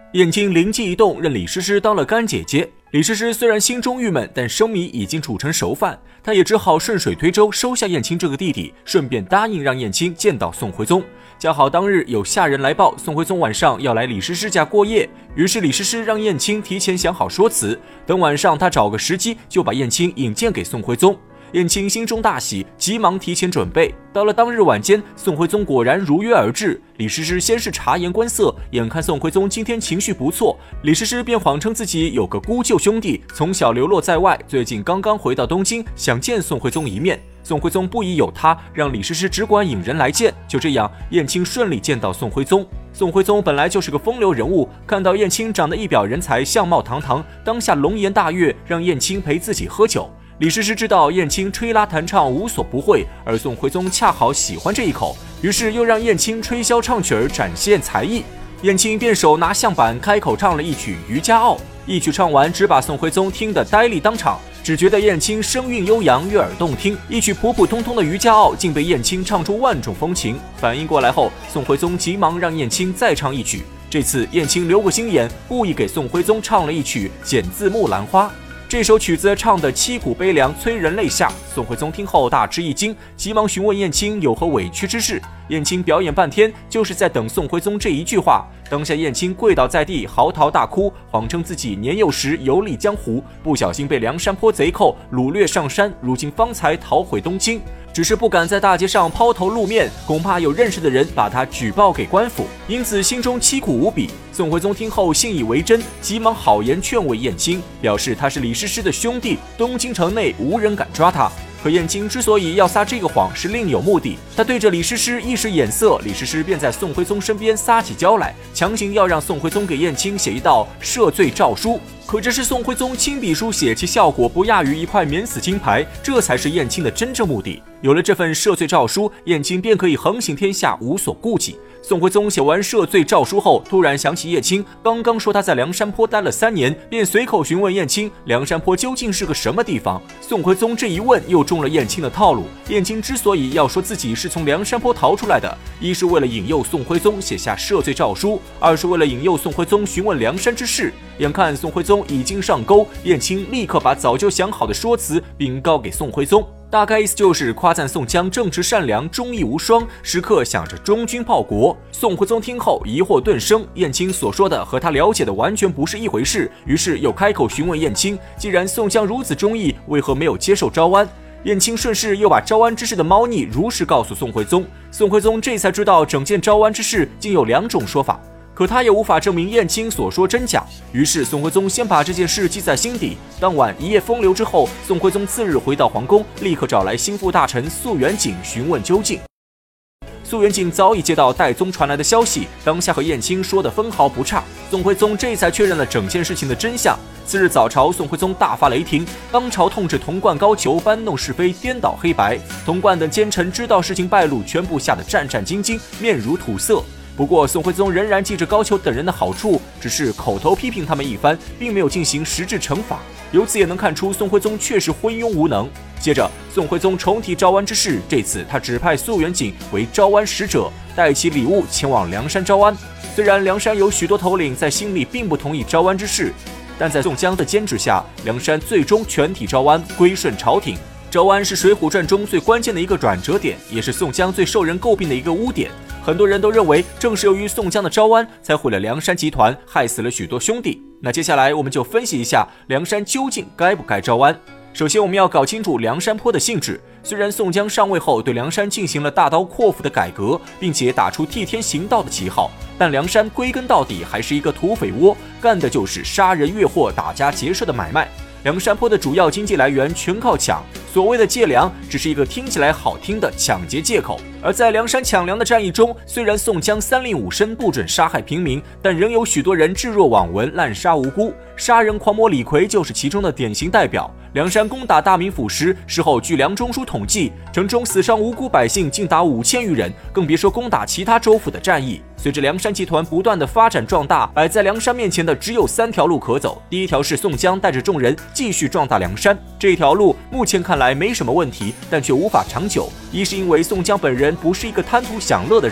燕青灵机一动，认李师师当了干姐姐。李师师虽然心中郁闷，但生米已经煮成熟饭，他也只好顺水推舟收下燕青这个弟弟，顺便答应让燕青见到宋徽宗。恰好当日有下人来报，宋徽宗晚上要来李师师家过夜，于是李师师让燕青提前想好说辞，等晚上他找个时机就把燕青引荐给宋徽宗。燕青心中大喜，急忙提前准备。到了当日晚间，宋徽宗果然如约而至。李师师先是察言观色，眼看宋徽宗今天情绪不错，李师师便谎称自己有个姑舅兄弟，从小流落在外，最近刚刚回到东京，想见宋徽宗一面。宋徽宗不疑有他，让李师师只管引人来见。就这样，燕青顺利见到宋徽宗。宋徽宗本来就是个风流人物，看到燕青长得一表人才，相貌堂堂，当下龙颜大悦，让燕青陪自己喝酒。李师师知道燕青吹拉弹唱无所不会，而宋徽宗恰好喜欢这一口，于是又让燕青吹箫唱曲儿展现才艺。燕青便手拿象板开口唱了一曲《渔家傲》，一曲唱完，只把宋徽宗听得呆立当场，只觉得燕青声韵悠扬，悦耳动听。一曲普普通通的《渔家傲》竟被燕青唱出万种风情。反应过来后，宋徽宗急忙让燕青再唱一曲。这次燕青留个心眼，故意给宋徽宗唱了一曲《剪字木兰花》。这首曲子唱得凄苦悲凉，催人泪下。宋徽宗听后大吃一惊，急忙询问燕青有何委屈之事。燕青表演半天，就是在等宋徽宗这一句话。当下燕青跪倒在地，嚎啕大哭，谎称自己年幼时游历江湖，不小心被梁山坡贼寇掳掠上山，如今方才逃回东京。只是不敢在大街上抛头露面，恐怕有认识的人把他举报给官府，因此心中凄苦无比。宋徽宗听后信以为真，急忙好言劝慰燕青，表示他是李师师的兄弟，东京城内无人敢抓他。可燕青之所以要撒这个谎，是另有目的。他对着李师师一使眼色，李师师便在宋徽宗身边撒起娇来，强行要让宋徽宗给燕青写一道赦罪诏书。可这是宋徽宗亲笔书写，其效果不亚于一块免死金牌，这才是燕青的真正目的。有了这份赦罪诏书，燕青便可以横行天下，无所顾忌。宋徽宗写完赦罪诏书后，突然想起燕青刚刚说他在梁山坡待了3年，便随口询问燕青梁山坡究竟是个什么地方。宋徽宗这一问又中了燕青的套路。燕青之所以要说自己是从梁山坡逃出来的，一是为了引诱宋徽宗写下赦罪诏书，二是为了引诱宋徽宗询问梁山之事。眼看宋徽宗已经上钩，燕青立刻把早就想好的说辞禀告给宋徽宗，大概意思就是夸赞宋江正直善良，忠义无双，时刻想着忠君报国。宋徽宗听后疑惑顿生，燕青所说的和他了解的完全不是一回事，于是又开口询问燕青，既然宋江如此忠义，为何没有接受招安？燕青顺势又把招安之事的猫腻如实告诉宋徽宗，宋徽宗这才知道整件招安之事竟有2种说法。可他也无法证明燕青所说真假，于是宋徽宗先把这件事记在心底。当晚一夜风流之后，宋徽宗次日回到皇宫，立刻找来心腹大臣肃元景询问究竟。肃元景早已接到戴宗传来的消息，当下和燕青说的分毫不差。宋徽宗这才确认了整件事情的真相。次日早朝，宋徽宗大发雷霆，当朝痛斥童贯、高俅搬弄是非，颠倒黑白。童贯等奸臣知道事情败露，全部吓得战战兢兢，面如土色。不过宋徽宗仍然记着高俅等人的好处，只是口头批评他们一番，并没有进行实质惩罚。由此也能看出宋徽宗确实昏庸无能。接着宋徽宗重提招安之事，这次他指派肃元景为招安使者，带其礼物前往梁山招安。虽然梁山有许多头领在心里并不同意招安之事，但在宋江的监制下，梁山最终全体招安，归顺朝廷。招安是《水浒传》中最关键的一个转折点，也是宋江最受人诟病的一个污点。很多人都认为，正是由于宋江的招安，才毁了梁山集团，害死了许多兄弟。那接下来我们就分析一下梁山究竟该不该招安。首先，我们要搞清楚梁山坡的性质。虽然宋江上位后对梁山进行了大刀阔斧的改革，并且打出替天行道的旗号，但梁山归根到底还是一个土匪窝，干的就是杀人越货、打家劫舍的买卖。梁山坡的主要经济来源全靠抢，所谓的借粮只是一个听起来好听的抢劫借口。而在梁山抢粮的战役中，虽然宋江3令5申不准杀害平民，但仍有许多人置若罔闻，滥杀无辜。杀人狂魔李逵就是其中的典型代表。梁山攻打大名府时，事后据梁中书统计，城中死伤无辜百姓竟达5000余人，更别说攻打其他州府的战役。随着梁山集团不断的发展壮大，摆在梁山面前的只有3条路可走。第一条是宋江带着众人继续壮大梁山，这条路目前看来没什么问题，但却无法长久。一是因为宋江本人不是一个贪图享乐的人，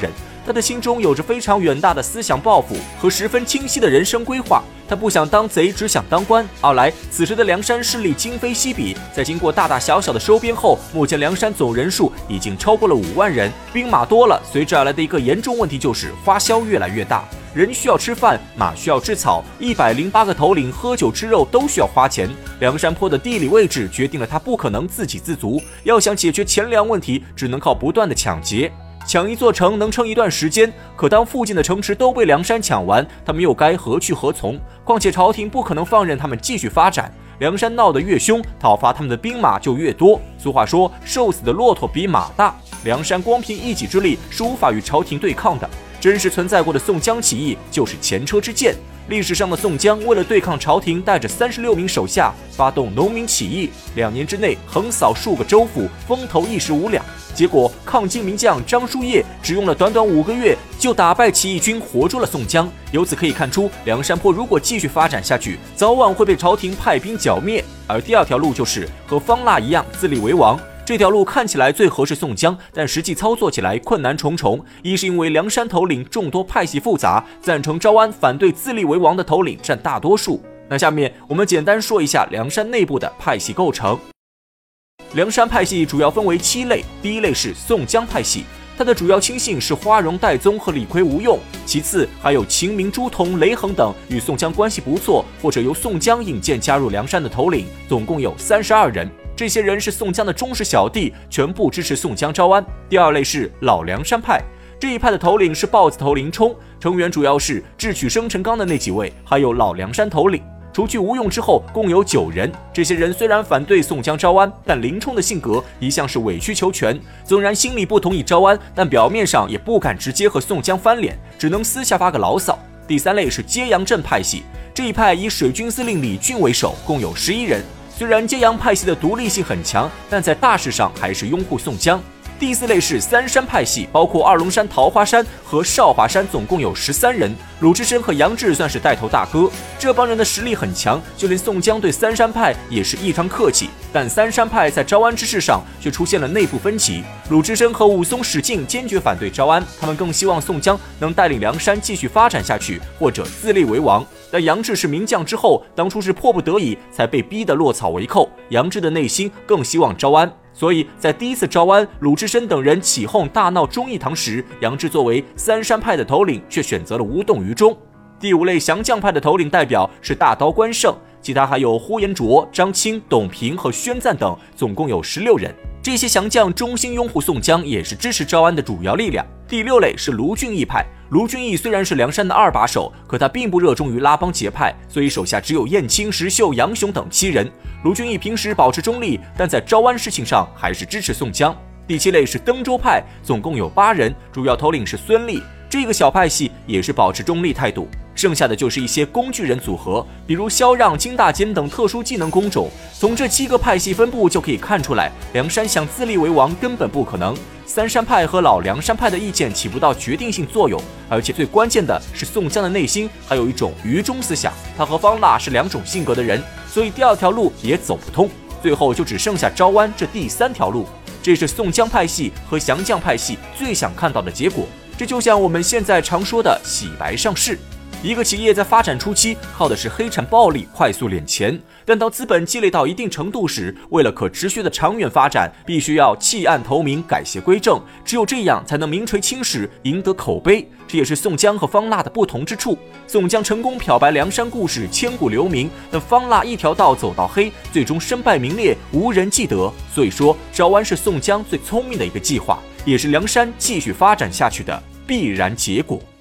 他的心中有着非常远大的思想抱负和十分清晰的人生规划。他不想当贼，只想当官。二来，此时的梁山势力今非昔比，在经过大大小小的收编后，目前梁山总人数已经超过了5万人，兵马多了，随之而来的一个严重问题就是花销越来越大。人需要吃饭，马需要吃草，108个头领喝酒吃肉都需要花钱。梁山泊的地理位置决定了他不可能自给自足，要想解决钱粮问题，只能靠不断的抢劫。抢一座城能撑一段时间，可当附近的城池都被梁山抢完，他们又该何去何从？况且朝廷不可能放任他们继续发展，梁山闹得越凶，讨伐他们的兵马就越多。俗话说，瘦死的骆驼比马大，梁山光凭一己之力是无法与朝廷对抗的。真实存在过的宋江起义就是前车之鉴。历史上的宋江为了对抗朝廷，带着36名手下发动农民起义，2年之内横扫数个州府，风头一时无两。结果抗金名将张叔夜只用了短短5个月就打败起义军，活捉了宋江。由此可以看出，梁山泊如果继续发展下去，早晚会被朝廷派兵剿灭。而第二条路就是和方腊一样自立为王。这条路看起来最合适宋江，但实际操作起来困难重重。一是因为梁山头领众多，派系复杂，赞成招安、反对自立为王的头领占大多数。那下面我们简单说一下梁山内部的派系构成。梁山派系主要分为7类，第一类是宋江派系，它的主要亲信是花荣、戴宗和李逵、吴用，其次还有秦明、朱仝、雷横等与宋江关系不错，或者由宋江引荐加入梁山的头领，总共有32人。这些人是宋江的忠实小弟，全部支持宋江招安。第二类是老梁山派，这一派的头领是豹子头林冲，成员主要是智取生辰纲的那几位，还有老梁山头领。除去吴用之后，共有9人。这些人虽然反对宋江招安，但林冲的性格一向是委曲求全，纵然心里不同意招安，但表面上也不敢直接和宋江翻脸，只能私下发个牢骚。第三类是揭阳镇派系，这一派以水军司令李俊为首，共有11人。虽然揭阳派系的独立性很强，但在大事上还是拥护宋江。第四类是3山派系，包括二龙山、桃花山和少华山，总共有13人。鲁智深和杨志算是带头大哥，这帮人的实力很强，就连宋江对3山派也是异常客气。但3山派在招安之事上却出现了内部分歧，鲁智深和武松、史进坚决反对招安，他们更希望宋江能带领梁山继续发展下去，或者自立为王。但杨志是名将之后，当初是迫不得已才被逼得落草为寇，杨志的内心更希望招安。所以在第一次招安，鲁智深等人起哄大闹忠义堂时，杨志作为3山派的头领，却选择了无动于衷。第5类降将派的头领代表是大刀关胜，其他还有呼延灼、张青、董平和宣赞等，总共有16人。这些降将衷心拥护宋江，也是支持招安的主要力量。第6类是卢俊义派，卢俊义虽然是梁山的2把手，可他并不热衷于拉帮结派，所以手下只有燕青、石秀、杨雄等7人。卢俊义平时保持中立，但在招安事情上还是支持宋江。第7类是登州派，总共有8人，主要头领是孙立，这个小派系也是保持中立态度。剩下的就是一些工具人组合，比如萧让、金大坚等特殊技能工种。从这7个派系分布就可以看出来，梁山想自立为王根本不可能。3山派和老梁山派的意见起不到决定性作用，而且最关键的是宋江的内心还有一种愚忠思想，他和方腊是2种性格的人，所以第2条路也走不通。最后就只剩下招安这第3条路，这是宋江派系和降将派系最想看到的结果。这就像我们现在常说的洗白上市。一个企业在发展初期靠的是黑产暴利快速敛钱，但当资本积累到一定程度时，为了可持续的长远发展，必须要弃暗投明，改邪归正，只有这样才能名垂青史，赢得口碑。这也是宋江和方腊的不同之处。宋江成功漂白梁山故事，千古留名，但方腊一条道走到黑，最终身败名裂，无人记得。所以说，招安是宋江最聪明的一个计划，也是梁山继续发展下去的必然结果。